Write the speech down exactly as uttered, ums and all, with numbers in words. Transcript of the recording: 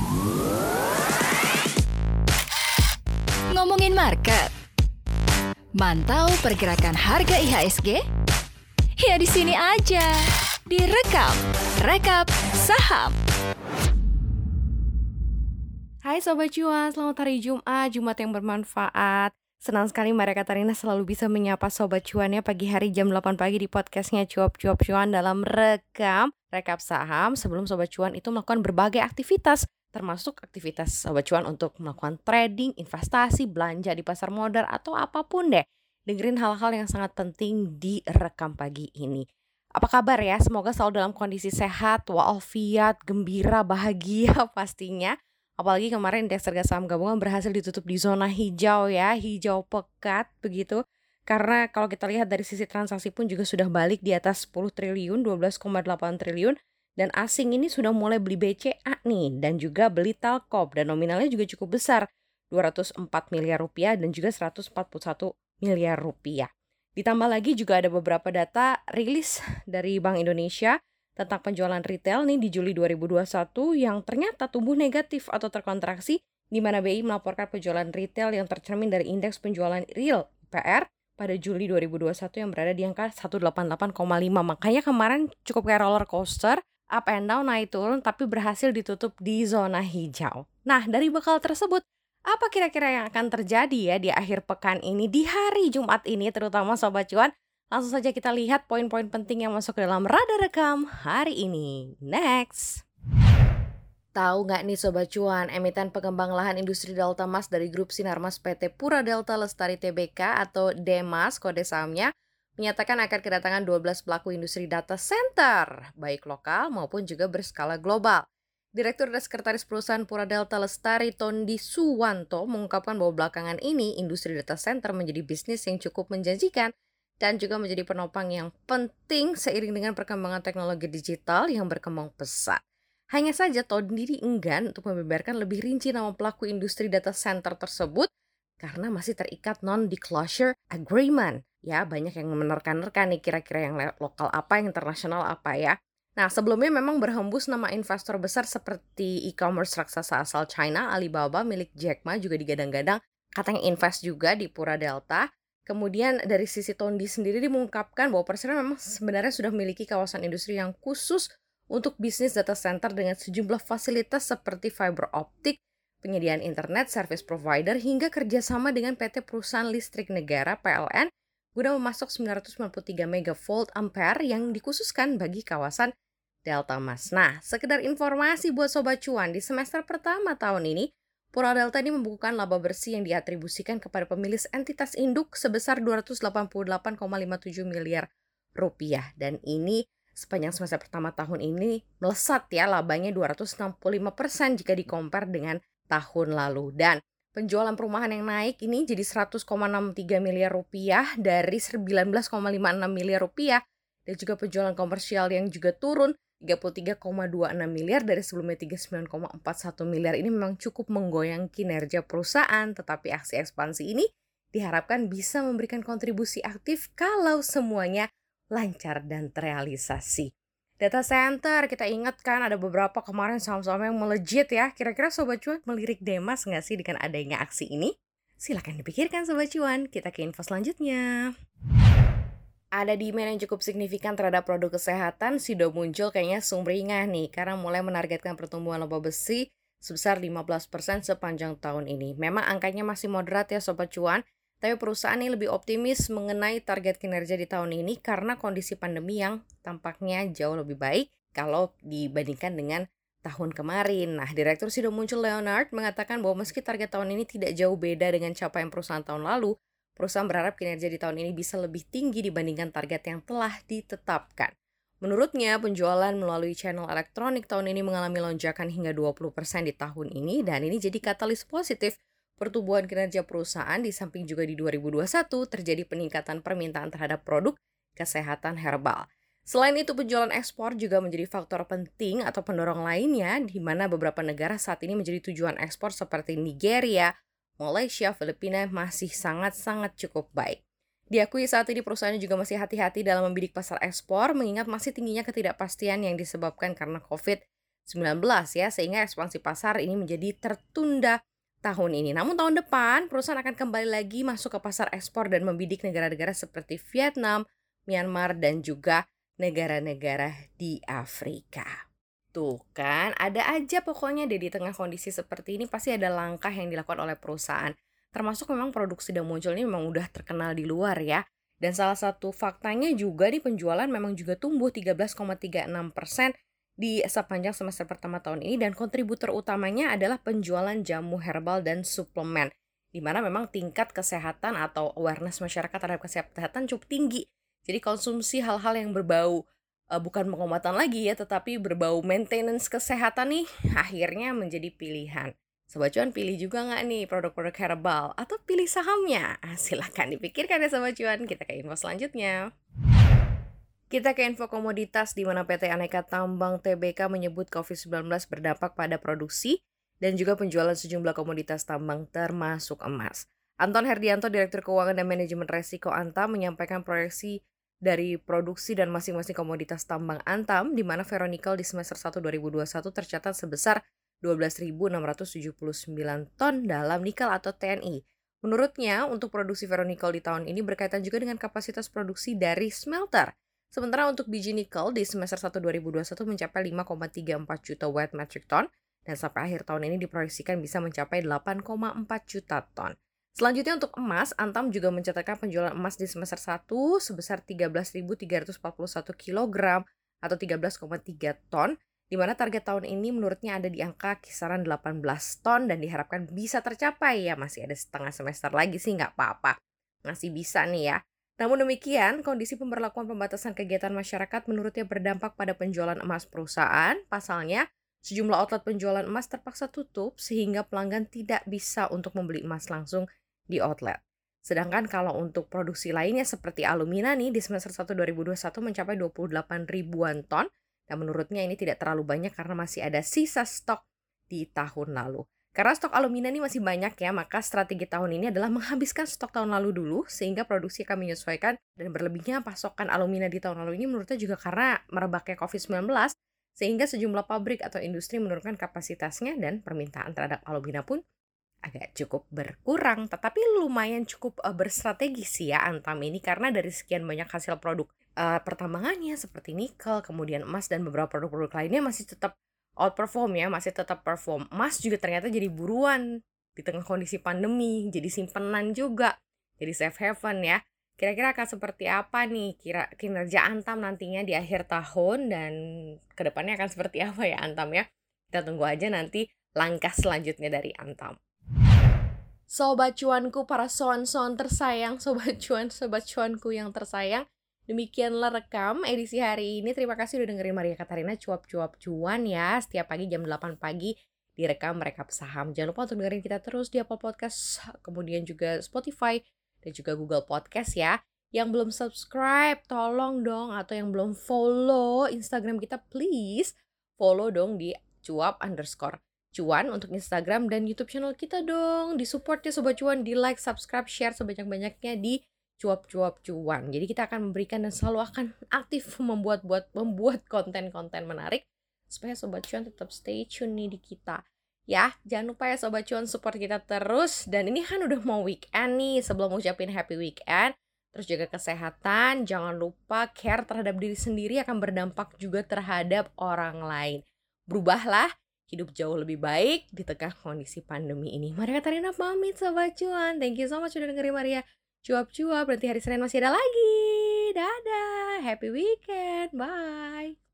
Ngomongin market, mantau pergerakan harga I H S G? Ya di sini aja, direkap, rekap saham. Hai Sobat Cuan, selamat hari Jumat, Jumat yang bermanfaat. Senang sekali Maria Katarina selalu bisa menyapa Sobat Cuan ya pagi hari jam delapan pagi di podcastnya Cuap-Cuap Cuan dalam rekam, rekap saham sebelum Sobat Cuan itu melakukan berbagai aktivitas. Termasuk aktivitas Sobat Cuan untuk melakukan trading, investasi, belanja di pasar modal atau apapun deh. Dengerin hal-hal yang sangat penting di rekam pagi ini. Apa kabar ya? Semoga selalu dalam kondisi sehat, walafiat, gembira, bahagia pastinya. Apalagi kemarin indeks harga saham gabungan berhasil ditutup di zona hijau ya, hijau pekat begitu. Karena kalau kita lihat dari sisi transaksi pun juga sudah balik di atas sepuluh triliun, dua belas koma delapan triliun. Dan asing ini sudah mulai beli B C A nih dan juga beli Telkom dan nominalnya juga cukup besar, dua ratus empat miliar rupiah dan juga seratus empat puluh satu miliar rupiah. Ditambah lagi juga ada beberapa data rilis dari Bank Indonesia tentang penjualan retail nih di Juli dua ribu dua puluh satu yang ternyata tumbuh negatif atau terkontraksi, di mana B I melaporkan penjualan retail yang tercermin dari indeks penjualan real I P R pada Juli dua ribu dua puluh satu yang berada di angka seratus delapan puluh delapan koma lima. Makanya kemarin cukup kayak roller coaster, up and down, naik turun, tapi berhasil ditutup di zona hijau. Nah, dari bekal tersebut, apa kira-kira yang akan terjadi ya di akhir pekan ini, di hari Jumat ini, terutama Sobat Cuan? Langsung saja kita lihat poin-poin penting yang masuk ke dalam radar rekam hari ini. Next! Tahu nggak nih Sobat Cuan, emiten pengembang lahan industri Delta Mas dari grup Sinarmas P T Pura Delta Lestari Tbk atau Demas kode sahamnya menyatakan akan kedatangan dua belas pelaku industri data center, baik lokal maupun juga berskala global. Direktur dan Sekretaris Perusahaan Pura Delta Lestari Tondi Suwanto mengungkapkan bahwa belakangan ini industri data center menjadi bisnis yang cukup menjanjikan dan juga menjadi penopang yang penting seiring dengan perkembangan teknologi digital yang berkembang pesat. Hanya saja Tondi enggan untuk membeberkan lebih rinci nama pelaku industri data center tersebut karena masih terikat non-disclosure agreement. Ya, banyak yang menerka-nerka nih kira-kira yang lokal apa, yang internasional apa ya. Nah, sebelumnya memang berhembus nama investor besar seperti e-commerce raksasa asal China, Alibaba milik Jack Ma juga digadang-gadang katanya invest juga di Pura Delta. Kemudian dari sisi Tondi sendiri mengungkapkan bahwa Persero memang sebenarnya sudah memiliki kawasan industri yang khusus untuk bisnis data center dengan sejumlah fasilitas seperti fiber optik, penyediaan internet, service provider, hingga kerjasama dengan P T Perusahaan Listrik Negara P L N guna memasok sembilan ratus sembilan puluh tiga megavolt ampere yang dikhususkan bagi kawasan Delta Mas. Nah, sekedar informasi buat Sobat Cuan, di semester pertama tahun ini, Pura Delta ini membukukan laba bersih yang diatribusikan kepada pemilik entitas induk sebesar dua ratus delapan puluh delapan koma lima tujuh miliar rupiah. Dan ini sepanjang semester pertama tahun ini melesat ya labanya dua ratus enam puluh lima persen jika dikompar dengan tahun lalu. Dan penjualan perumahan yang naik ini jadi seratus koma enam tiga miliar rupiah dari sembilan belas koma lima enam miliar rupiah. Dan juga penjualan komersial yang juga turun tiga puluh tiga koma dua enam miliar dari sebelumnya tiga puluh sembilan koma empat satu miliar. Ini memang cukup menggoyang kinerja perusahaan, tetapi aksi ekspansi ini diharapkan bisa memberikan kontribusi aktif kalau semuanya lancar dan terrealisasi. Data center, kita ingat kan ada beberapa kemarin saham-saham yang melejit ya. Kira-kira Sobat Cuan melirik Demas nggak sih dengan adanya aksi ini? Silakan dipikirkan Sobat Cuan, kita ke info selanjutnya. Ada demand yang cukup signifikan terhadap produk kesehatan, Sido muncul kayaknya sumringah nih karena mulai menargetkan pertumbuhan laba besi sebesar lima belas persen sepanjang tahun ini. Memang angkanya masih moderat ya Sobat Cuan, tapi perusahaan ini lebih optimis mengenai target kinerja di tahun ini karena kondisi pandemi yang tampaknya jauh lebih baik kalau dibandingkan dengan tahun kemarin. Nah, Direktur Sido muncul Leonard mengatakan bahwa meski target tahun ini tidak jauh beda dengan capaian perusahaan tahun lalu, perusahaan berharap kinerja di tahun ini bisa lebih tinggi dibandingkan target yang telah ditetapkan. Menurutnya, penjualan melalui channel elektronik tahun ini mengalami lonjakan hingga dua puluh persen di tahun ini, dan ini jadi katalis positif pertumbuhan kinerja perusahaan, di samping juga di dua ribu dua puluh satu terjadi peningkatan permintaan terhadap produk kesehatan herbal. Selain itu, penjualan ekspor juga menjadi faktor penting atau pendorong lainnya, di mana beberapa negara saat ini menjadi tujuan ekspor seperti Nigeria, Malaysia, Filipina masih sangat-sangat cukup baik. Diakui saat ini perusahaannya juga masih hati-hati dalam membidik pasar ekspor, mengingat masih tingginya ketidakpastian yang disebabkan karena covid sembilan belas ya, sehingga ekspansi pasar ini menjadi tertunda tahun ini. Namun tahun depan perusahaan akan kembali lagi masuk ke pasar ekspor dan membidik negara-negara seperti Vietnam, Myanmar, dan juga negara-negara di Afrika. Tuh kan, ada aja pokoknya deh di tengah kondisi seperti ini pasti ada langkah yang dilakukan oleh perusahaan. Termasuk memang produksi dan muncul ini memang udah terkenal di luar ya. Dan salah satu faktanya juga di penjualan memang juga tumbuh tiga belas koma tiga enam persen di sepanjang semester pertama tahun ini, dan kontributor utamanya adalah penjualan jamu herbal dan suplemen, di mana memang tingkat kesehatan atau awareness masyarakat terhadap kesehatan cukup tinggi. Jadi konsumsi hal-hal yang berbau uh, bukan pengobatan lagi ya, tetapi berbau maintenance kesehatan nih akhirnya menjadi pilihan. Sobat Cuan pilih juga nggak nih produk-produk herbal atau pilih sahamnya? Ah, silahkan dipikirkan ya Sobat Cuan. Kita ke info selanjutnya. Kita ke info komoditas di mana P T Aneka Tambang T B K menyebut covid sembilan belas berdampak pada produksi dan juga penjualan sejumlah komoditas tambang termasuk emas. Anton Herdianto, Direktur Keuangan dan Manajemen Resiko Antam, menyampaikan proyeksi dari produksi dan masing-masing komoditas tambang Antam, di mana ferronikel di semester satu dua ribu dua puluh satu tercatat sebesar dua belas ribu enam ratus tujuh puluh sembilan ton dalam nikel atau T N I. Menurutnya, untuk produksi ferronikel di tahun ini berkaitan juga dengan kapasitas produksi dari smelter. Sementara untuk biji nikel di semester satu dua ribu dua puluh satu mencapai lima koma tiga empat juta wet metric ton dan sampai akhir tahun ini diproyeksikan bisa mencapai delapan koma empat juta ton. Selanjutnya untuk emas, Antam juga mencatatkan penjualan emas di semester satu sebesar tiga belas ribu tiga ratus empat puluh satu kilogram atau tiga belas koma tiga ton, di mana target tahun ini menurutnya ada di angka kisaran delapan belas ton dan diharapkan bisa tercapai. Ya masih ada setengah semester lagi sih, nggak apa-apa. Masih bisa nih ya. Namun demikian, kondisi pemberlakuan pembatasan kegiatan masyarakat menurutnya berdampak pada penjualan emas perusahaan. Pasalnya, sejumlah outlet penjualan emas terpaksa tutup sehingga pelanggan tidak bisa untuk membeli emas langsung di outlet. Sedangkan kalau untuk produksi lainnya seperti alumina nih di semester satu dua ribu dua puluh satu mencapai dua puluh delapan ribuan ton. Dan menurutnya ini tidak terlalu banyak karena masih ada sisa stok di tahun lalu. Karena stok alumina ini masih banyak ya, maka strategi tahun ini adalah menghabiskan stok tahun lalu dulu sehingga produksi akan menyesuaikan, dan berlebihnya pasokan alumina di tahun lalu ini menurutnya juga karena merebaknya covid sembilan belas sehingga sejumlah pabrik atau industri menurunkan kapasitasnya dan permintaan terhadap alumina pun agak cukup berkurang. Tetapi lumayan cukup uh, berstrategi sih ya Antam ini, karena dari sekian banyak hasil produk uh, pertambangannya seperti nikel, kemudian emas dan beberapa produk-produk lainnya masih tetap outperform ya, masih tetap perform. Emas juga ternyata jadi buruan di tengah kondisi pandemi, jadi simpenan juga, jadi safe haven ya. Kira-kira akan seperti apa nih kira kinerja Antam nantinya di akhir tahun, dan kedepannya akan seperti apa ya Antam ya? Kita tunggu aja nanti langkah selanjutnya dari Antam. Sobat cuanku, para soan-soan tersayang, sobat cuan, sobat cuanku yang tersayang, demikianlah rekam edisi hari ini. Terima kasih udah dengerin Maria Katarina cuap-cuap cuan ya. Setiap pagi jam delapan pagi direkam Rekap Saham. Jangan lupa untuk dengerin kita terus di Apple Podcast, kemudian juga Spotify dan juga Google Podcast ya. Yang belum subscribe tolong dong, atau yang belum follow Instagram kita, please follow dong di cuap underscore cuan untuk Instagram dan YouTube channel kita dong. Di support ya Sobat Cuan, di like, subscribe, share sebanyak-banyaknya di cuap-cuap cuan. Jadi kita akan memberikan dan selalu akan aktif membuat buat membuat konten-konten menarik supaya Sobat Cuan tetap stay tune nih di kita. Ya, jangan lupa ya Sobat Cuan support kita terus. Dan ini kan udah mau weekend nih. Sebelum ucapin happy weekend, terus jaga kesehatan, jangan lupa care terhadap diri sendiri akan berdampak juga terhadap orang lain. Berubahlah, hidup jauh lebih baik di tengah kondisi pandemi ini. Maria Katarina pamit Sobat Cuan. Thank you so much udah dengerin Maria cuap-cuap. Berarti hari Senin masih ada lagi. Dadah, happy weekend, bye.